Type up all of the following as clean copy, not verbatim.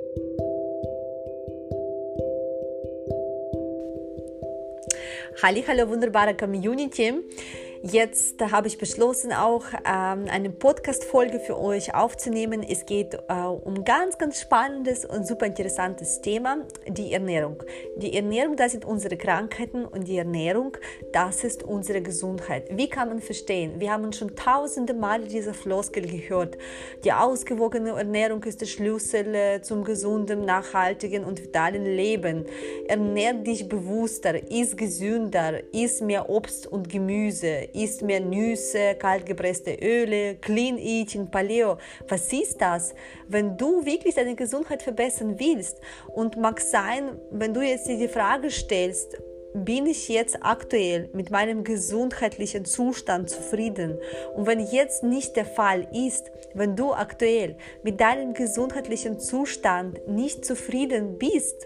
Hallo, wunderbare Community. Jetzt habe ich beschlossen, auch eine Podcast-Folge für euch aufzunehmen. Es geht um ganz spannendes und super interessantes Thema, die Ernährung. Die Ernährung, das sind unsere Krankheiten und die Ernährung, das ist unsere Gesundheit. Wie kann man verstehen? Wir haben schon tausende Male diese Floskel gehört. Die ausgewogene Ernährung ist der Schlüssel zum gesunden, nachhaltigen und vitalen Leben. Ernähr dich bewusster, iss gesünder, iss mehr Obst und Gemüse, isst mehr Nüsse, kaltgepresste Öle, Clean Eating, Paleo. Was ist das? Wenn du wirklich deine Gesundheit verbessern willst und mag sein, wenn du jetzt dir die Frage stellst, bin ich jetzt aktuell mit meinem gesundheitlichen Zustand zufrieden? Und wenn jetzt nicht der Fall ist, wenn du aktuell mit deinem gesundheitlichen Zustand nicht zufrieden bist,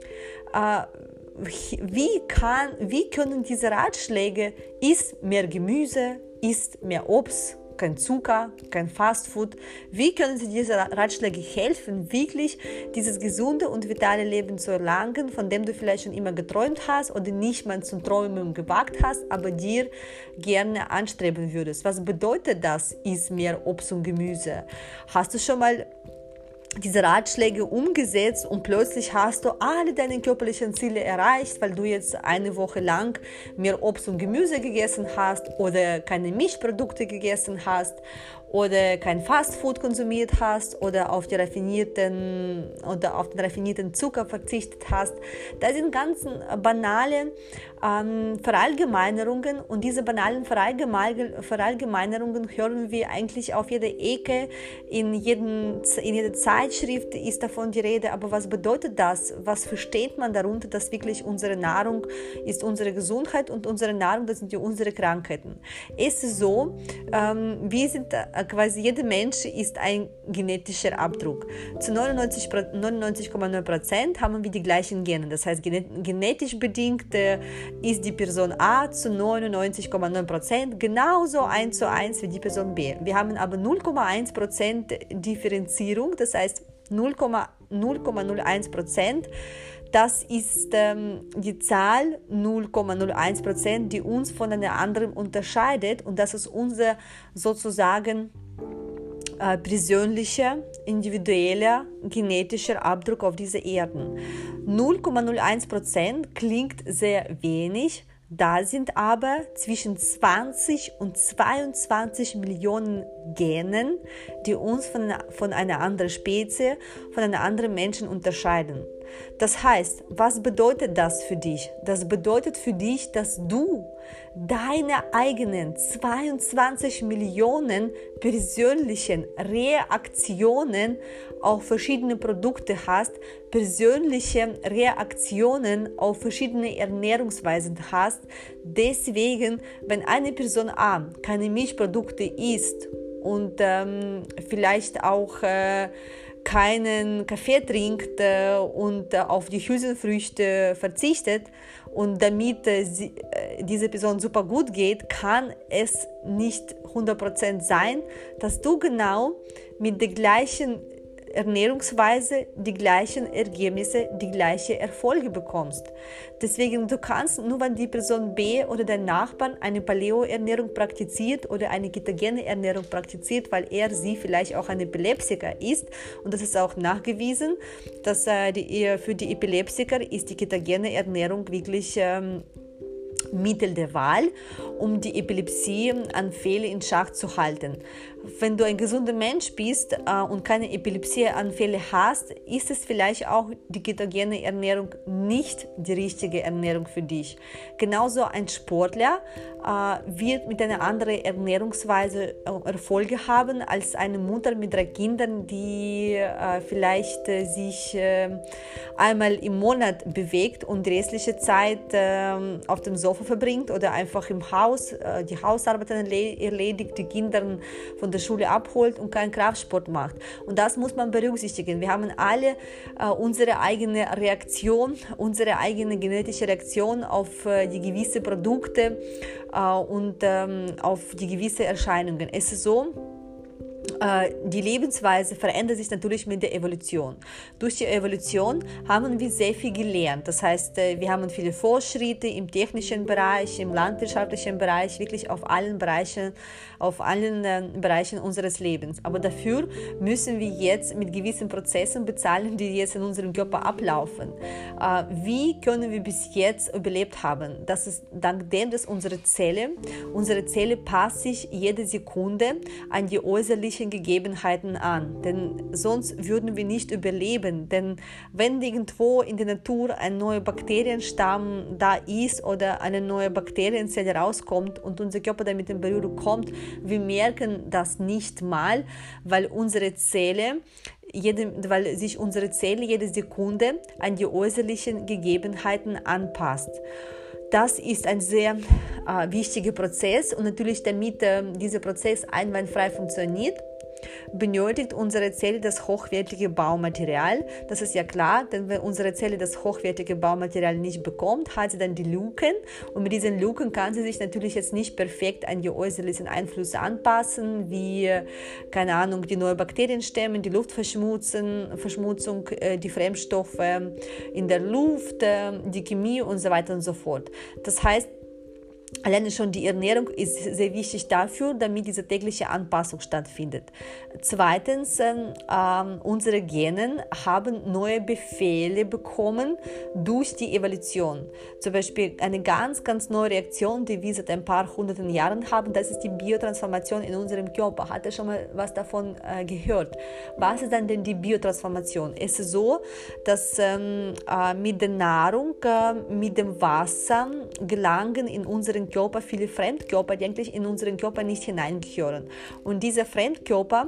wie können diese Ratschläge, isst mehr Gemüse, isst mehr Obst, kein Zucker, kein Fastfood, wie können sie diese Ratschläge helfen, wirklich dieses gesunde und vitale Leben zu erlangen, von dem du vielleicht schon immer geträumt hast oder nicht mal zum Träumen gewagt hast, aber dir gerne anstreben würdest? Was bedeutet das, isst mehr Obst und Gemüse? Hast du schon mal diese Ratschläge umgesetzt und plötzlich hast du alle deine körperlichen Ziele erreicht, weil du jetzt eine Woche lang mehr Obst und Gemüse gegessen hast oder keine Milchprodukte gegessen hast oder kein Fastfood konsumiert hast oder auf den raffinierten Zucker verzichtet hast. Das sind ganz banale Verallgemeinerungen, und diese banalen Verallgemeinerungen hören wir eigentlich auf jeder Ecke, in jeder Zeitschrift ist davon die Rede. Aber was bedeutet das? Was versteht man darunter, dass wirklich unsere Nahrung ist unsere Gesundheit und unsere Nahrung, das sind unsere Krankheiten? Es ist so, wir sind quasi, jeder Mensch ist ein genetischer Abdruck. Zu 99,9% haben wir die gleichen Gene. Das heißt, genetisch bedingt ist die Person A zu 99,9% genauso 1:1 wie die Person B. Wir haben aber 0,1% Differenzierung, das heißt 0,01%. Das ist die Zahl 0,01%, die uns von einer anderen unterscheidet, und das ist unser sozusagen persönlicher, individueller, genetischer Abdruck auf dieser Erde. 0,01% klingt sehr wenig, da sind aber zwischen 20 und 22 Millionen Genen, die uns von einer anderen Spezies, von einem anderen Menschen unterscheiden. Das heißt, was bedeutet das für dich? Das bedeutet für dich, dass du deine eigenen 22 Millionen persönlichen Reaktionen auf verschiedene Produkte hast, persönliche Reaktionen auf verschiedene Ernährungsweisen hast. Deswegen, wenn eine Person A keine Milchprodukte isst und vielleicht auch keinen Kaffee trinkt und auf die Hülsenfrüchte verzichtet und damit diese Person super gut geht, kann es nicht 100% sein, dass du genau mit der gleichen Ernährungsweise die gleichen Ergebnisse, die gleichen Erfolge bekommst. Deswegen, du kannst, nur wenn die Person B oder dein Nachbarn eine Paleo-Ernährung praktiziert oder eine ketogene Ernährung praktiziert, weil sie vielleicht auch ein Epileptiker ist, und das ist auch nachgewiesen, dass für die Epileptiker ist die ketogene Ernährung wirklich Mittel der Wahl, um die Epilepsieanfälle in Schach zu halten. Wenn du ein gesunder Mensch bist und keine Epilepsieanfälle hast, ist es vielleicht auch die ketogene Ernährung nicht die richtige Ernährung für dich. Genauso ein Sportler wird mit einer anderen Ernährungsweise Erfolge haben als eine Mutter mit 3 Kindern, die vielleicht sich einmal im Monat bewegt und die restliche Zeit auf dem Sofa verbringt oder einfach im Haus die Hausarbeiten erledigt, die Kinder von der Schule abholt und keinen Kraftsport macht. Und das muss man berücksichtigen. Wir haben alle unsere eigene Reaktion, unsere eigene genetische Reaktion auf die gewisse Produkte und auf die gewisse Erscheinungen. Es ist so, die Lebensweise verändert sich natürlich mit der Evolution. Durch die Evolution haben wir sehr viel gelernt. Das heißt, wir haben viele Fortschritte im technischen Bereich, im landwirtschaftlichen Bereich, wirklich auf allen Bereichen unseres Lebens. Aber dafür müssen wir jetzt mit gewissen Prozessen bezahlen, die jetzt in unserem Körper ablaufen. Wie können wir bis jetzt überlebt haben? Das ist dank dem, dass unsere Zelle passt sich jede Sekunde an die äußerlichen Gegebenheiten an, denn sonst würden wir nicht überleben, denn wenn irgendwo in der Natur ein neuer Bakterienstamm da ist oder eine neue Bakterienzelle rauskommt und unser Körper damit in Berührung kommt, wir merken das nicht mal, weil sich unsere Zelle jede Sekunde an die äußerlichen Gegebenheiten anpasst. Das ist ein sehr wichtiger Prozess und natürlich, damit dieser Prozess einwandfrei funktioniert, benötigt unsere Zelle das hochwertige Baumaterial. Das ist ja klar, denn wenn unsere Zelle das hochwertige Baumaterial nicht bekommt, hat sie dann die Luken und mit diesen Luken kann sie sich natürlich jetzt nicht perfekt an die äußerlichen Einflüsse anpassen, wie, keine Ahnung, die neuen Bakterienstämme, die Luftverschmutzung, die Fremdstoffe in der Luft, die Chemie und so weiter und so fort. Das heißt, alleine schon die Ernährung ist sehr wichtig dafür, damit diese tägliche Anpassung stattfindet. Zweitens, unsere Gene haben neue Befehle bekommen durch die Evolution. Zum Beispiel eine ganz, ganz neue Reaktion, die wir seit ein paar hunderten Jahren haben, das ist die Biotransformation in unserem Körper. Hat ihr schon mal was davon gehört? Was ist dann denn die Biotransformation? Es ist so, dass mit der Nahrung, mit dem Wasser gelangen in unseren Körper viele Fremdkörper, die eigentlich in unseren Körper nicht hineingehören. Und diese Fremdkörper,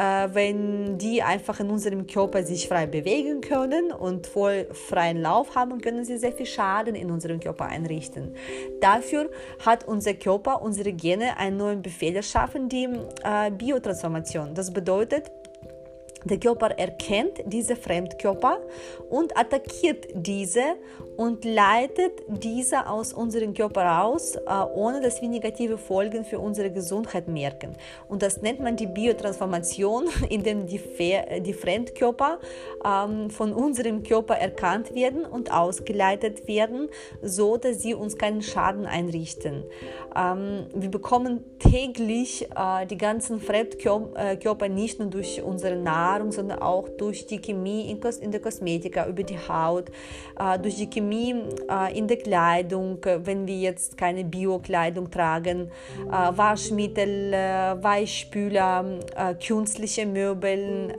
wenn die einfach in unserem Körper sich frei bewegen können und voll freien Lauf haben, können sie sehr viel Schaden in unserem Körper einrichten. Dafür hat unser Körper, unsere Gene einen neuen Befehl erschaffen, die Biotransformation. Das bedeutet, der Körper erkennt diese Fremdkörper und attackiert diese und leitet diese aus unserem Körper raus, ohne dass wir negative Folgen für unsere Gesundheit merken. Und das nennt man die Biotransformation, indem die Fremdkörper von unserem Körper erkannt werden und ausgeleitet werden, so dass sie uns keinen Schaden einrichten. Wir bekommen täglich die ganzen Fremdkörper nicht nur durch unsere Nahrung, sondern auch durch die Chemie in der Kosmetika, über die Haut, durch die Chemie in der Kleidung, wenn wir jetzt keine Bio-Kleidung tragen, Waschmittel, Weichspüler, künstliche Möbel,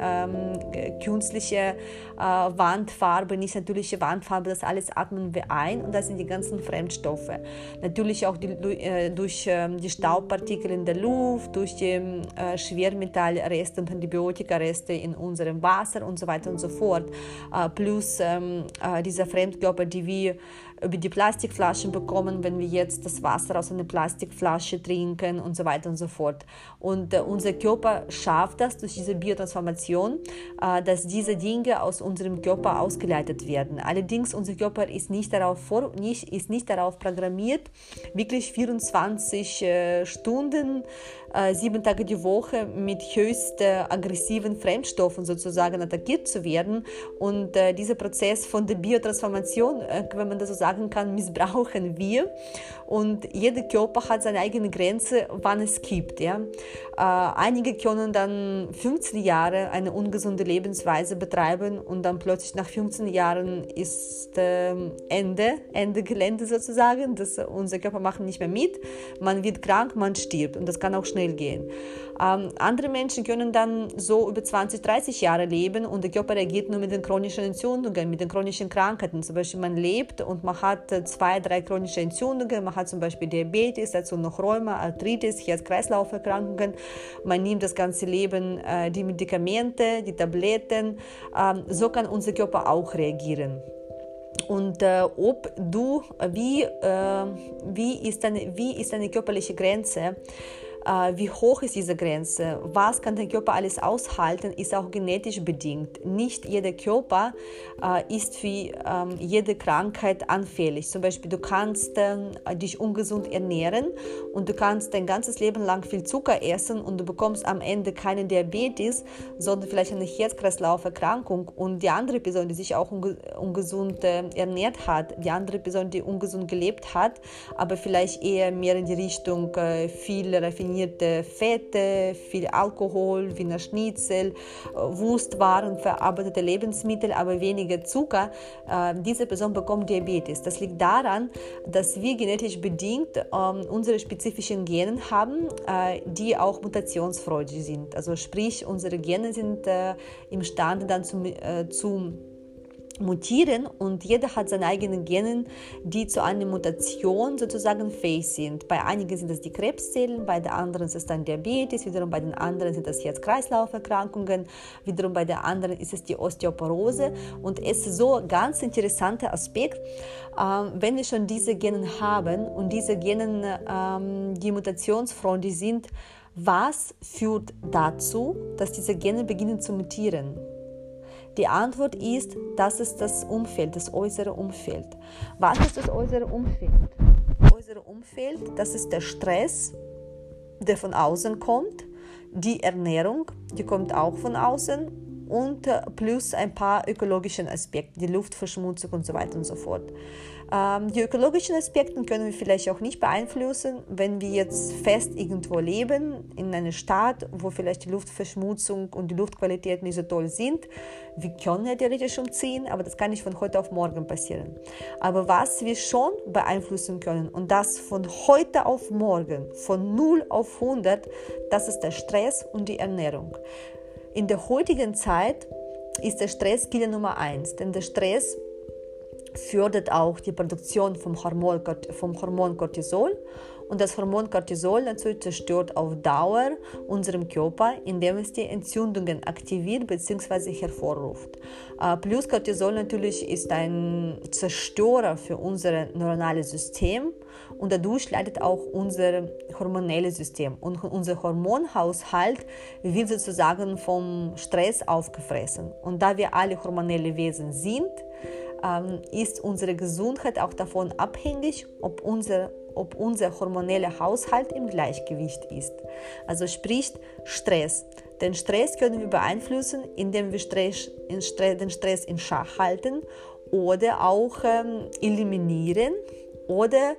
künstliche Wandfarbe, nicht natürliche Wandfarbe, das alles atmen wir ein und das sind die ganzen Fremdstoffe. Natürlich auch durch die Staubpartikel in der Luft, durch die Schwermetallreste und Antibiotikareste in unserem Wasser und so weiter und so fort. Plus diese Fremdkörper, die wir über die Plastikflaschen bekommen, wenn wir jetzt das Wasser aus einer Plastikflasche trinken und so weiter und so fort. Und unser Körper schafft das durch diese Biotransformation, dass diese Dinge aus unserem Körper ausgeleitet werden. Allerdings, unser Körper ist nicht darauf programmiert, wirklich 24 Stunden, 7 Tage die Woche mit höchst aggressiven Fremdstoffen sozusagen attackiert zu werden. Und dieser Prozess von der Biotransformation, wenn man das so sagen kann, missbrauchen wir. Und jeder Körper hat seine eigene Grenze, wann es kippt. Ja? Einige können dann 15 Jahre eine ungesunde Lebensweise betreiben und dann plötzlich nach 15 Jahren ist Ende Gelände sozusagen. Unser Körper macht nicht mehr mit, man wird krank, man stirbt und das kann auch schnell gehen. Andere Menschen können dann so über 20, 30 Jahre leben und der Körper reagiert nur mit den chronischen Entzündungen, mit den chronischen Krankheiten. Zum Beispiel man lebt und man hat 2, 3 chronische Entzündungen, man hat zum Beispiel Diabetes, dazu noch Rheuma, Arthritis, Herz-Kreislauf-Erkrankungen. Man nimmt das ganze Leben die Medikamente, die Tabletten. So kann unser Körper auch reagieren. Und wie ist deine körperliche Grenze? Wie hoch ist diese Grenze? Was kann dein Körper alles aushalten, ist auch genetisch bedingt. Nicht jeder Körper ist für jede Krankheit anfällig. Zum Beispiel, du kannst dich ungesund ernähren und du kannst dein ganzes Leben lang viel Zucker essen und du bekommst am Ende keinen Diabetes, sondern vielleicht eine Herz-Kreislauf-Erkrankung, und die andere Person, die sich auch ungesund ernährt hat, die andere Person, die ungesund gelebt hat, aber vielleicht eher mehr in die Richtung viel raffinierte Fette, viel Alkohol, Wiener Schnitzel, Wurstwaren, verarbeitete Lebensmittel, aber weniger Zucker, diese Person bekommt Diabetes. Das liegt daran, dass wir genetisch bedingt unsere spezifischen Gene haben, die auch mutationsfreudig sind. Also sprich, unsere Gene sind imstande dann zu mutieren, und jeder hat seine eigenen Gene, die zu einer Mutation sozusagen fähig sind. Bei einigen sind es die Krebszellen, bei den anderen ist es dann Diabetes, wiederum bei den anderen sind es Herz-Kreislauf-Erkrankungen, wiederum bei den anderen ist es die Osteoporose, und es ist so ein ganz interessanter Aspekt, wenn wir schon diese Gene haben und diese Gene, die mutationsfreundlich sind, was führt dazu, dass diese Gene beginnen zu mutieren? Die Antwort ist, das ist das Umfeld, das äußere Umfeld. Was ist das äußere Umfeld? Das äußere Umfeld, das ist der Stress, der von außen kommt, die Ernährung, die kommt auch von außen, und plus ein paar ökologische Aspekte, die Luftverschmutzung und so weiter und so fort. Die ökologischen Aspekte können wir vielleicht auch nicht beeinflussen, wenn wir jetzt fest irgendwo leben, in einer Stadt, wo vielleicht die Luftverschmutzung und die Luftqualität nicht so toll sind. Wir können ja theoretisch umziehen, aber das kann nicht von heute auf morgen passieren. Aber was wir schon beeinflussen können, und das von heute auf morgen, von 0 auf 100, das ist der Stress und die Ernährung. In der heutigen Zeit ist der Stress Killer Nummer 1, denn der Stress fördert auch die Produktion vom Hormon Cortisol, und das Hormon Cortisol natürlich zerstört auf Dauer unseren Körper, indem es die Entzündungen aktiviert bzw. hervorruft. Plus Cortisol natürlich ist ein Zerstörer für unser neuronales System, und dadurch leidet auch unser hormonelles System, und unser Hormonhaushalt wird sozusagen vom Stress aufgefressen. Und da wir alle hormonelle Wesen sind, ist unsere Gesundheit auch davon abhängig, ob unser hormoneller Haushalt im Gleichgewicht ist. Also sprich Stress. Den Stress können wir beeinflussen, indem wir den Stress in Schach halten oder auch eliminieren oder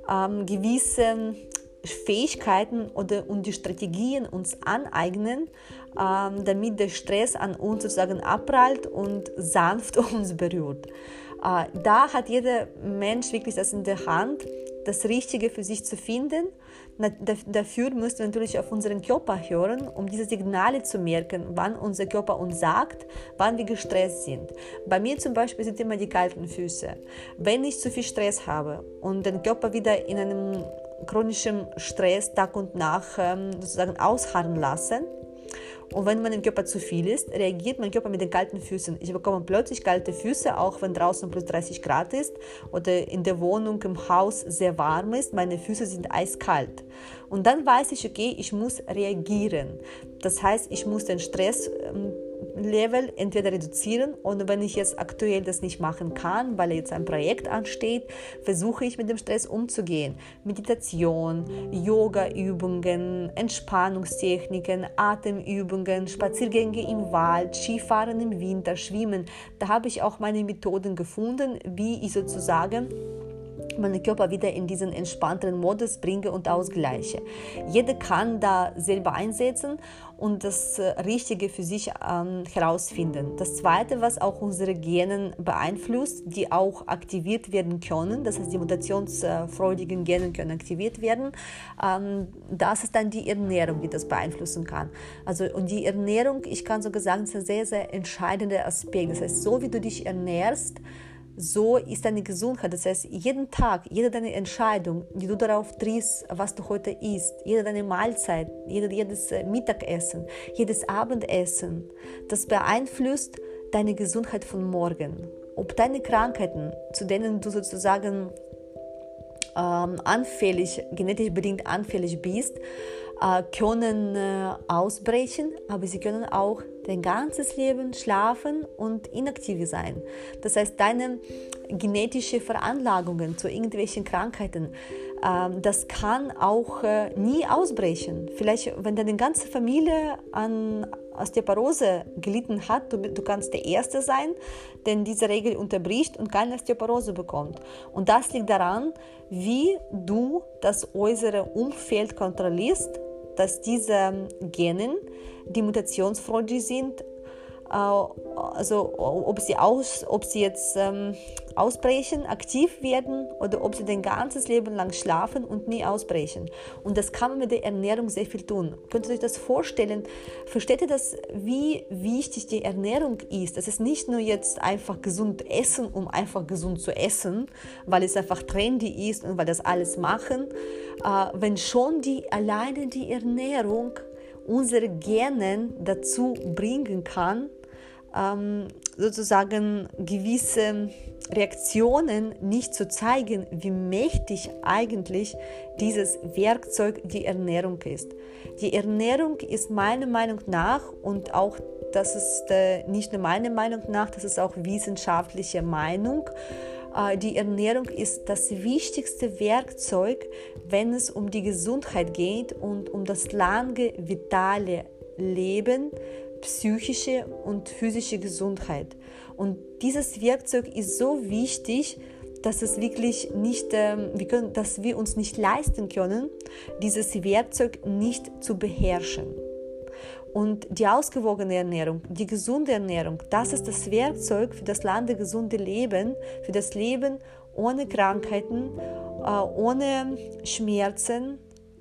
gewisse Fähigkeiten und die Strategien uns aneignen, damit der Stress an uns sozusagen abprallt und sanft uns berührt. Da hat jeder Mensch wirklich das in der Hand, das Richtige für sich zu finden. Dafür müssen wir natürlich auf unseren Körper hören, um diese Signale zu merken, wann unser Körper uns sagt, wann wir gestresst sind. Bei mir zum Beispiel sind immer die kalten Füße. Wenn ich zu viel Stress habe und den Körper wieder in einem chronischen Stress Tag und Nacht sozusagen ausharren lassen, und wenn meinem Körper zu viel ist, reagiert mein Körper mit den kalten Füßen. Ich bekomme plötzlich kalte Füße, auch wenn draußen plus 30 Grad ist oder in der Wohnung, im Haus sehr warm ist. Meine Füße sind eiskalt. Und dann weiß ich, okay, ich muss reagieren. Das heißt, ich muss den Stresslevel entweder reduzieren, und wenn ich jetzt aktuell das nicht machen kann, weil jetzt ein Projekt ansteht, versuche ich mit dem Stress umzugehen. Meditation, Yoga-Übungen, Entspannungstechniken, Atemübungen, Spaziergänge im Wald, Skifahren im Winter, Schwimmen. Da habe ich auch meine Methoden gefunden, wie ich sozusagen meinen Körper wieder in diesen entspannteren Modus bringe und ausgleiche. Jeder kann da selber einsetzen und das Richtige für sich herausfinden. Das Zweite, was auch unsere Gene beeinflusst, die auch aktiviert werden können, das heißt die mutationsfreudigen Gene können aktiviert werden, das ist dann die Ernährung, die das beeinflussen kann. Also, und die Ernährung, ich kann sogar sagen, ist ein sehr, sehr entscheidender Aspekt. Das heißt, so wie du dich ernährst, so ist deine Gesundheit. Das heißt, jeden Tag, jede deine Entscheidung, die du darauf triffst, was du heute isst, jede deine Mahlzeit, jedes Mittagessen, jedes Abendessen, das beeinflusst deine Gesundheit von morgen. Ob deine Krankheiten, zu denen du sozusagen genetisch bedingt anfällig bist, können ausbrechen, aber sie können auch dein ganzes Leben schlafen und inaktiv sein. Das heißt, deine genetische Veranlagungen zu irgendwelchen Krankheiten, das kann auch nie ausbrechen. Vielleicht, wenn deine ganze Familie an Osteoporose gelitten hat, du kannst der Erste sein, der diese Regel unterbricht und keine Osteoporose bekommt. Und das liegt daran, wie du das äußere Umfeld kontrollierst, dass diese Gene, die mutationsfreudig sind, also ob sie jetzt ausbrechen, aktiv werden oder ob sie dein ganzes Leben lang schlafen und nie ausbrechen. Und das kann man mit der Ernährung sehr viel tun. Könnt ihr euch das vorstellen? Versteht ihr das, wie wichtig die Ernährung ist? Das ist nicht nur jetzt einfach gesund essen, um einfach gesund zu essen, weil es einfach trendy ist und weil das alles machen. Wenn schon alleine die Ernährung unsere Gene dazu bringen kann, sozusagen gewisse Reaktionen nicht zu zeigen, wie mächtig eigentlich dieses Werkzeug die Ernährung ist. Die Ernährung ist meiner Meinung nach, und auch das ist nicht nur meine Meinung nach, das ist auch wissenschaftliche Meinung, die Ernährung ist das wichtigste Werkzeug, wenn es um die Gesundheit geht und um das lange, vitale Leben, psychische und physische Gesundheit. Und dieses Werkzeug ist so wichtig, dass es wirklich nicht, dass wir uns nicht leisten können, dieses Werkzeug nicht zu beherrschen. Und die ausgewogene Ernährung, die gesunde Ernährung, das ist das Werkzeug für das lange gesunde Leben, für das Leben ohne Krankheiten, ohne Schmerzen,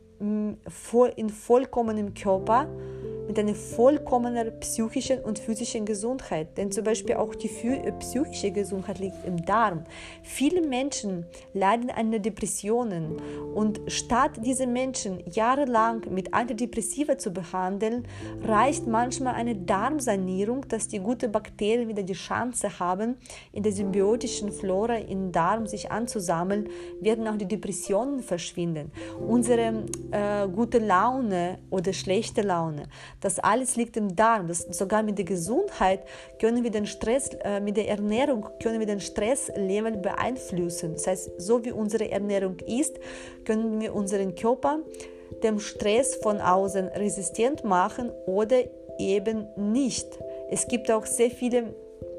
in vollkommenem Körper, mit einer vollkommenen psychischen und physischen Gesundheit. Denn zum Beispiel auch die psychische Gesundheit liegt im Darm. Viele Menschen leiden an Depressionen und statt diese Menschen jahrelang mit Antidepressiva zu behandeln, reicht manchmal eine Darmsanierung, dass die guten Bakterien wieder die Chance haben, in der symbiotischen Flora im Darm sich anzusammeln, werden auch die Depressionen verschwinden. Unsere gute Laune oder schlechte Laune, das alles liegt im Darm. Sogar mit der Gesundheit können wir den Stress, mit der Ernährung können wir den Stresslevel beeinflussen. Das heißt, so wie unsere Ernährung ist, können wir unseren Körper dem Stress von außen resistent machen oder eben nicht. Es gibt auch sehr viele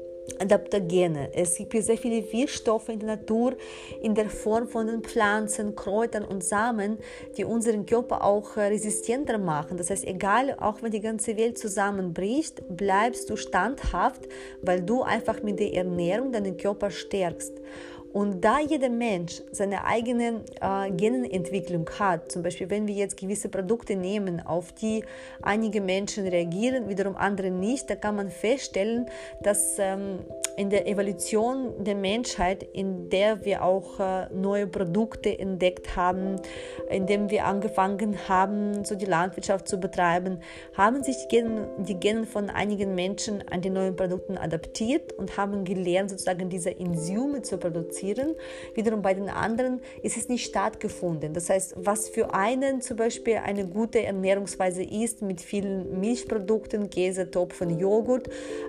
Adaptogene. Es gibt sehr viele Wirkstoffe in der Natur in der Form von den Pflanzen, Kräutern und Samen, die unseren Körper auch resistenter machen. Das heißt, egal, auch wenn die ganze Welt zusammenbricht, bleibst du standhaft, weil du einfach mit der Ernährung deinen Körper stärkst. Und da jeder Mensch seine eigene Genentwicklung hat, zum Beispiel wenn wir jetzt gewisse Produkte nehmen, auf die einige Menschen reagieren, wiederum andere nicht, da kann man feststellen, dass in der Evolution der Menschheit, in der wir auch neue Produkte entdeckt haben, indem wir angefangen haben, so die Landwirtschaft zu betreiben, haben sich die Gene von einigen Menschen an die neuen Produkte adaptiert und haben gelernt, sozusagen diese Enzyme zu produzieren. Wiederum bei den anderen ist es nicht stattgefunden. Das heißt, was für einen zum Beispiel eine gute Ernährungsweise ist, mit vielen Milchprodukten, Käse, Topfen, Joghurt,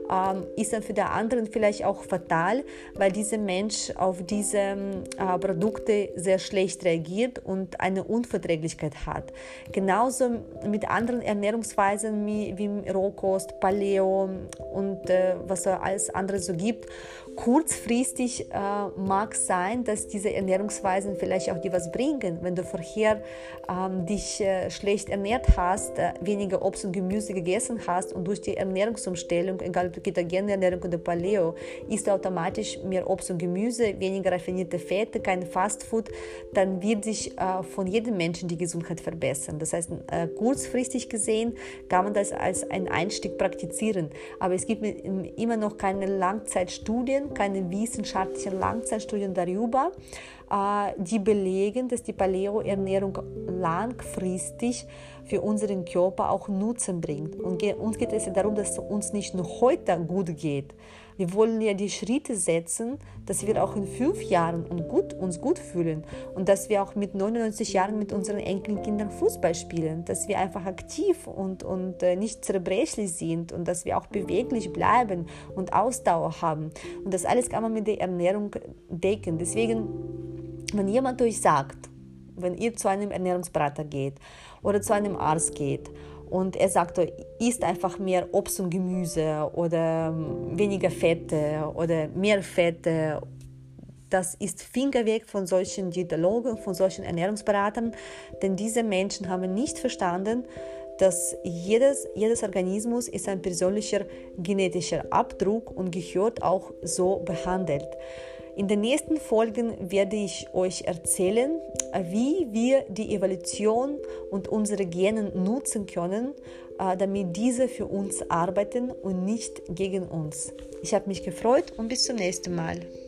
ist dann für den anderen vielleicht auch fatal, weil dieser Mensch auf diese Produkte sehr schlecht reagiert und eine Unverträglichkeit hat. Genauso mit anderen Ernährungsweisen wie Rohkost, Paleo und was es alles andere so gibt. Kurzfristig mag sein, dass diese Ernährungsweisen vielleicht auch dir was bringen. Wenn du vorher dich schlecht ernährt hast, weniger Obst und Gemüse gegessen hast und durch die Ernährungsumstellung, egal ob du ketogene Ernährung oder Paleo, isst du automatisch mehr Obst und Gemüse, weniger raffinierte Fette, kein Fastfood, dann wird sich von jedem Menschen die Gesundheit verbessern. Das heißt, kurzfristig gesehen kann man das als einen Einstieg praktizieren. Aber es gibt immer noch keine Langzeitstudien, keine wissenschaftlichen Langzeitstudien darüber, die belegen, dass die Paleo-Ernährung langfristig für unseren Körper auch Nutzen bringt. Und uns geht es darum, dass es uns nicht nur heute gut geht, Wir wollen ja die Schritte setzen, dass wir auch in 5 Jahren uns gut fühlen und dass wir auch mit 99 Jahren mit unseren Enkelkindern Fußball spielen, dass wir einfach aktiv und nicht zerbrechlich sind und dass wir auch beweglich bleiben und Ausdauer haben. Und das alles kann man mit der Ernährung decken. Deswegen, wenn jemand euch sagt, wenn ihr zu einem Ernährungsberater geht oder zu einem Arzt geht und er sagt, isst einfach mehr Obst und Gemüse oder weniger Fette oder mehr Fette, das ist Finger weg von solchen Diätologen, von solchen Ernährungsberatern, denn diese Menschen haben nicht verstanden, dass jedes Organismus ist ein persönlicher genetischer Abdruck und gehört auch so behandelt. In den nächsten Folgen werde ich euch erzählen, wie wir die Evolution und unsere Gene nutzen können, damit diese für uns arbeiten und nicht gegen uns. Ich habe mich gefreut und bis zum nächsten Mal.